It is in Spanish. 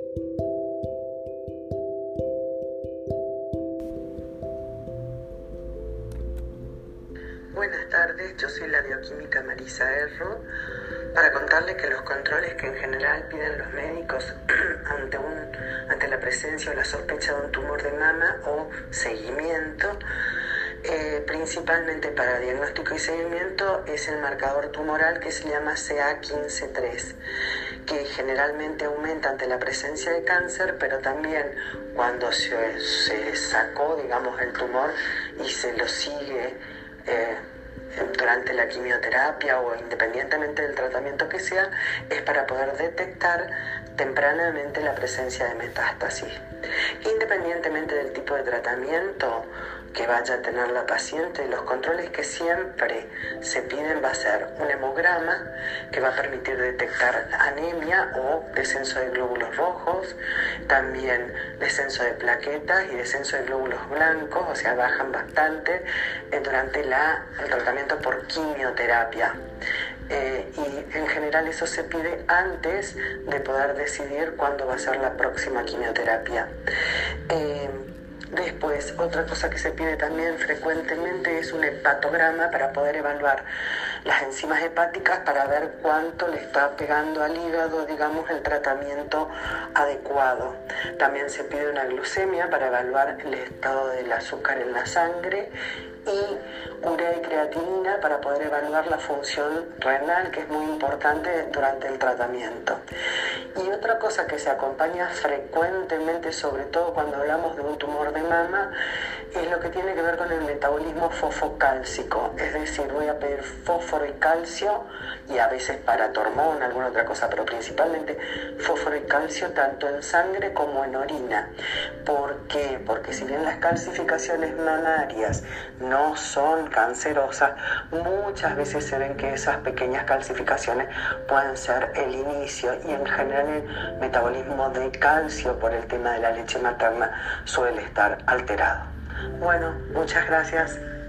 Buenas tardes, yo soy la bioquímica Marisa Erro, para contarle que los controles que en general piden los médicos ante la presencia o la sospecha de un tumor de mama o seguimiento, principalmente para diagnóstico y seguimiento, es el marcador tumoral que se llama CA15-3, que generalmente aumenta ante la presencia de cáncer, pero también cuando se sacó, digamos, el tumor y se lo sigue durante la quimioterapia o independientemente del tratamiento que sea, es para poder detectar tempranamente la presencia de metástasis. Independientemente del tipo de tratamiento que vaya a tener la paciente, los controles que siempre se piden va a ser un hemograma que va a permitir detectar anemia o descenso de glóbulos rojos, también descenso de plaquetas y descenso de glóbulos blancos, o sea, bajan bastante durante el tratamiento por quimioterapia. Y en general eso se pide antes de poder decidir cuándo va a ser la próxima quimioterapia. Después, otra cosa que se pide también frecuentemente es un hepatograma para poder evaluar las enzimas hepáticas para ver cuánto le está pegando al hígado, digamos, el tratamiento adecuado. También se pide una glucemia para evaluar el estado del azúcar en la sangre y urea y creatinina para poder evaluar la función renal, que es muy importante durante el tratamiento. Y otra cosa que se acompaña frecuentemente, sobre todo cuando hablamos de un tumor de mama, es lo que tiene que ver con el metabolismo fosfocálcico, es decir, voy a pedir fósforo y calcio y a veces paratormón, alguna otra cosa, pero principalmente fósforo y calcio tanto en sangre como en orina. ¿Por qué? Porque si bien las calcificaciones mamarias no son cancerosas, muchas veces se ven que esas pequeñas calcificaciones pueden ser el inicio, y en general el metabolismo de calcio por el tema de la leche materna suele estar alterado. Bueno, muchas gracias.